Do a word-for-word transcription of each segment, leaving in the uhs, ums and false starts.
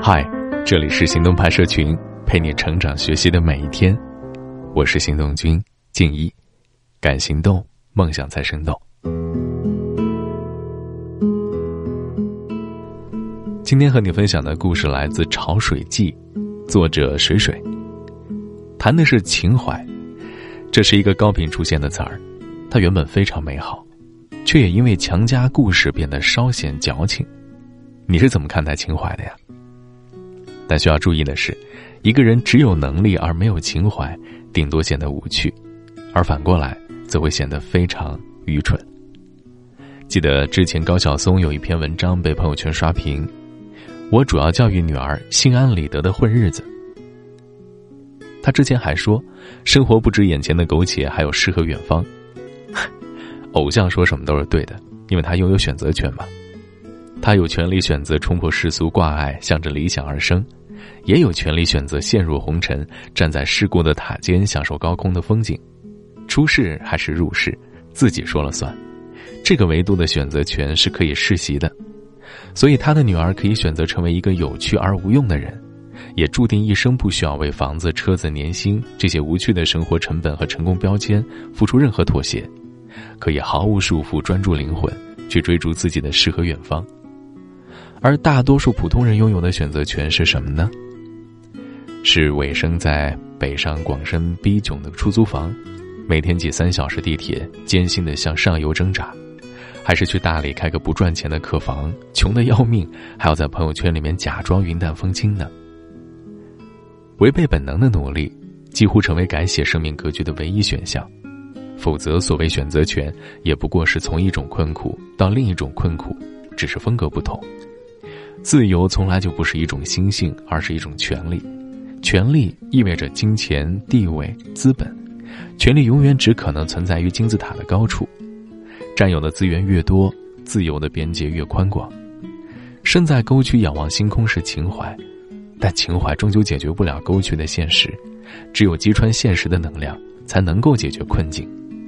嗨，这里是行动派社群，陪你成长学习的每一天。我是行动君静一，敢行动，梦想才生动。今天和你分享的故事来自《潮水记》，作者水水。谈的是情怀，这是一个高频出现的词儿，它原本非常美好，却也因为强加故事变得稍显矫情。你是怎么看待情怀的呀？但需要注意的是，一个人只有能力而没有情怀，顶多显得无趣，而反过来则会显得非常愚蠢。记得之前高晓松有一篇文章被朋友圈刷屏，我主要教育女儿心安理得的混日子。他之前还说，生活不止眼前的苟且，还有诗和远方。偶像说什么都是对的，因为他拥有选择权嘛。他有权利选择冲破世俗挂碍，向着理想而生，也有权利选择陷入红尘，站在世故的塔尖，享受高空的风景。出世还是入世，自己说了算。这个维度的选择权是可以世袭的，所以他的女儿可以选择成为一个有趣而无用的人，也注定一生不需要为房子、车子、年薪这些无趣的生活成本和成功标签付出任何妥协，可以毫无束缚，专注灵魂，去追逐自己的诗和远方。而大多数普通人拥有的选择权是什么呢？是委身在北上广深逼窘的出租房，每天挤三小时地铁，艰辛地向上游挣扎，还是去大理开个不赚钱的客房，穷得要命，还要在朋友圈里面假装云淡风轻呢？违背本能的努力几乎成为改写生命格局的唯一选项，否则所谓选择权也不过是从一种困苦到另一种困苦，只是风格不同。自由从来就不是一种心性，而是一种权利。权利意味着金钱、地位、资本，权利永远只可能存在于金字塔的高处。占有的资源越多，自由的边界越宽广。身在沟渠仰望星空是情怀，但情怀终究解决不了沟渠的现实，只有击穿现实的能量才能够解决困境。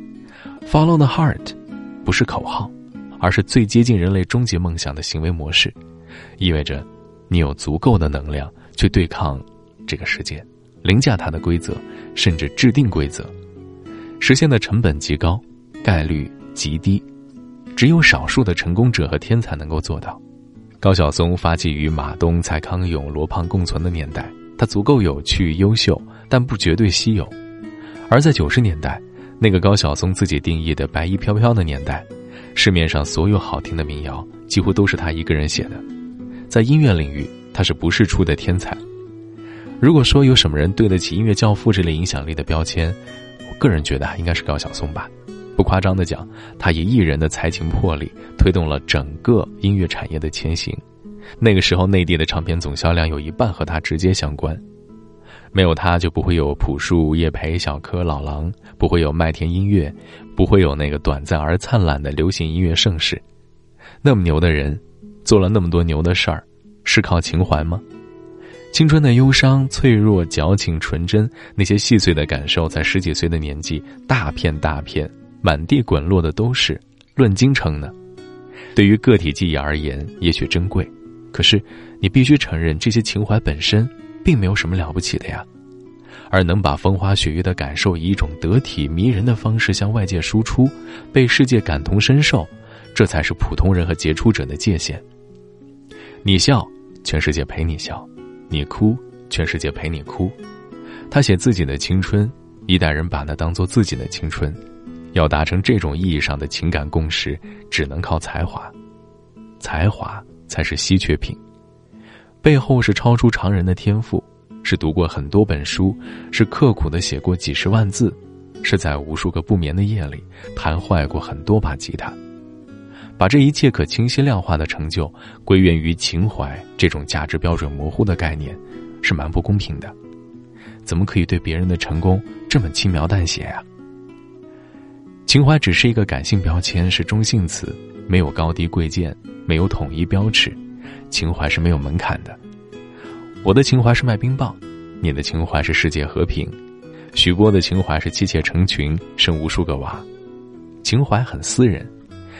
Follow the heart 不是口号，而是最接近人类终极梦想的行为模式，意味着你有足够的能量去对抗这个世界，凌驾它的规则，甚至制定规则。实现的成本极高，概率极低，只有少数的成功者和天才能够做到。高晓松发迹于马东、蔡康永、罗胖共存的年代，他足够有趣、优秀，但不绝对稀有。而在九十年代，那个高晓松自己定义的白衣飘飘的年代，市面上所有好听的民谣几乎都是他一个人写的。在音乐领域，他是不世出的天才。如果说有什么人对得起音乐教父这类影响力的标签，我个人觉得应该是高晓松吧。不夸张地讲，他以一人的才情魄力推动了整个音乐产业的前行。那个时候内地的唱片总销量有一半和他直接相关，没有他就不会有朴树、叶培、小柯、老狼，不会有麦田音乐，不会有那个短暂而灿烂的流行音乐盛世。那么牛的人做了那么多牛的事儿，是靠情怀吗？青春的忧伤、脆弱、矫情、纯真，那些细碎的感受在十几岁的年纪大片大片满地滚落的都是，论斤称呢。对于个体记忆而言也许珍贵，可是你必须承认，这些情怀本身并没有什么了不起的呀。而能把风花雪月的感受以一种得体迷人的方式向外界输出，被世界感同身受，这才是普通人和杰出者的界限。你笑，全世界陪你笑；你哭，全世界陪你哭。他写自己的青春，一代人把那当作自己的青春。要达成这种意义上的情感共识，只能靠才华。才华才是稀缺品，背后是超出常人的天赋，是读过很多本书，是刻苦地写过几十万字，是在无数个不眠的夜里弹坏过很多把吉他。把这一切可清晰量化的成就归源于情怀，这种价值标准模糊的概念是蛮不公平的。怎么可以对别人的成功这么轻描淡写啊？情怀只是一个感性标签，是中性词，没有高低贵贱，没有统一标尺，情怀是没有门槛的。我的情怀是卖冰棒，你的情怀是世界和平，许波的情怀是妻妾成群，生无数个娃。情怀很私人，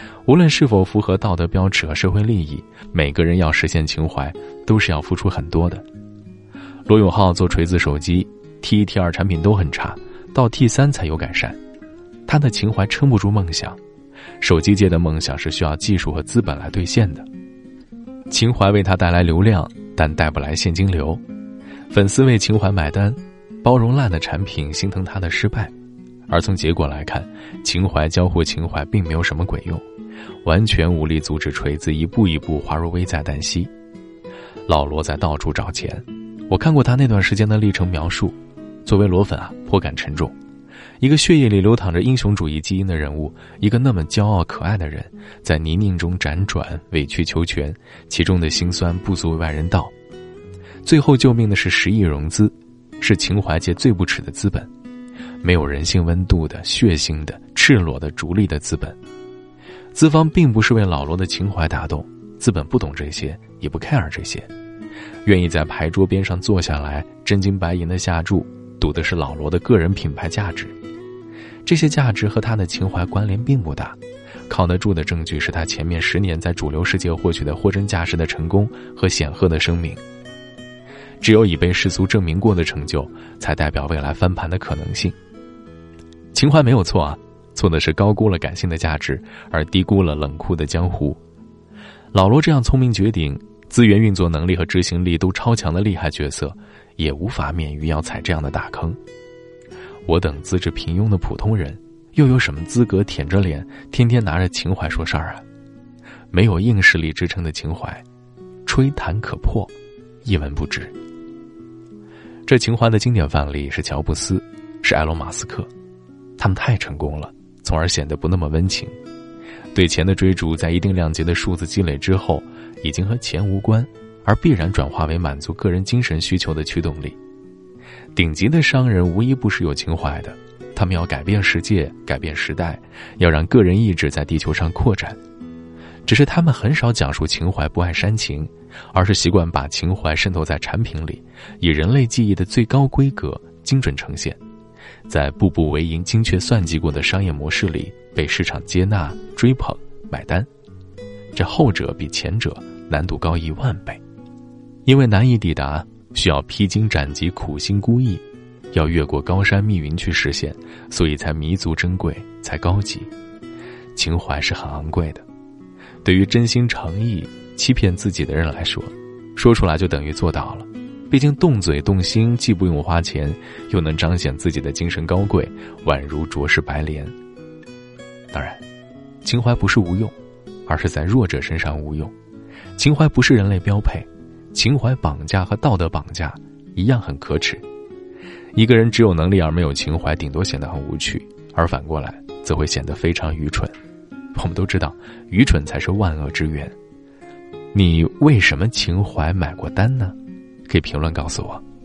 无论是否符合道德标尺和社会利益，每个人要实现情怀，都是要付出很多的。罗永浩做锤子手机 T 一 T 二 产品都很差，到 T 三 才有改善。他的情怀撑不住梦想，手机界的梦想是需要技术和资本来兑现的。情怀为他带来流量，但带不来现金流。粉丝为情怀买单，包容烂的产品，心疼他的失败。而从结果来看，情怀交互情怀并没有什么鬼用，完全无力阻止锤子一步一步滑入危在旦夕。老罗在到处找钱，我看过他那段时间的历程描述，作为罗粉啊，颇感沉重。一个血液里流淌着英雄主义基因的人物，一个那么骄傲可爱的人，在泥泞中辗转，委曲求全，其中的辛酸不足为外人道。最后救命的是十亿融资，是情怀界最不耻的资本，没有人性温度的、血腥的、赤裸的、逐利的资本。资方并不是为老罗的情怀打动，资本不懂这些，也不 care 这些，愿意在牌桌边上坐下来，真金白银的下注，赌的是老罗的个人品牌价值。这些价值和他的情怀关联并不大，靠得住的证据是他前面十年在主流世界获取的货真价实的成功和显赫的声名。只有已被世俗证明过的成就，才代表未来翻盘的可能性。情怀没有错啊，错的是高估了感性的价值，而低估了冷酷的江湖。老罗这样聪明绝顶、资源运作能力和执行力都超强的厉害角色，也无法免于要踩这样的大坑。我等资质平庸的普通人，又有什么资格舔着脸天天拿着情怀说事儿啊？没有硬实力支撑的情怀，吹弹可破，一文不值。这情怀的经典范例是乔布斯，是埃隆·马斯克，他们太成功了，从而显得不那么温情。对钱的追逐在一定量级的数字积累之后，已经和钱无关，而必然转化为满足个人精神需求的驱动力。顶级的商人无一不是有情怀的，他们要改变世界，改变时代，要让个人意志在地球上扩展。只是他们很少讲述情怀，不爱煽情，而是习惯把情怀渗透在产品里，以人类记忆的最高规格精准呈现，在步步为营、精确算计过的商业模式里被市场接纳、追捧、买单。这后者比前者难度高一万倍，因为难以抵达，需要披荆斩棘、苦心孤诣，要越过高山密云去实现，所以才弥足珍贵，才高级。情怀是很昂贵的，对于真心诚意欺骗自己的人来说，说出来就等于做到了。毕竟动嘴动心，既不用花钱，又能彰显自己的精神高贵，宛如卓氏白莲。当然，情怀不是无用，而是在弱者身上无用。情怀不是人类标配，情怀绑架和道德绑架一样很可耻。一个人只有能力而没有情怀，顶多显得很无趣，而反过来则会显得非常愚蠢。我们都知道，愚蠢才是万恶之源。你为什么情怀买过单呢？可以评论告诉我。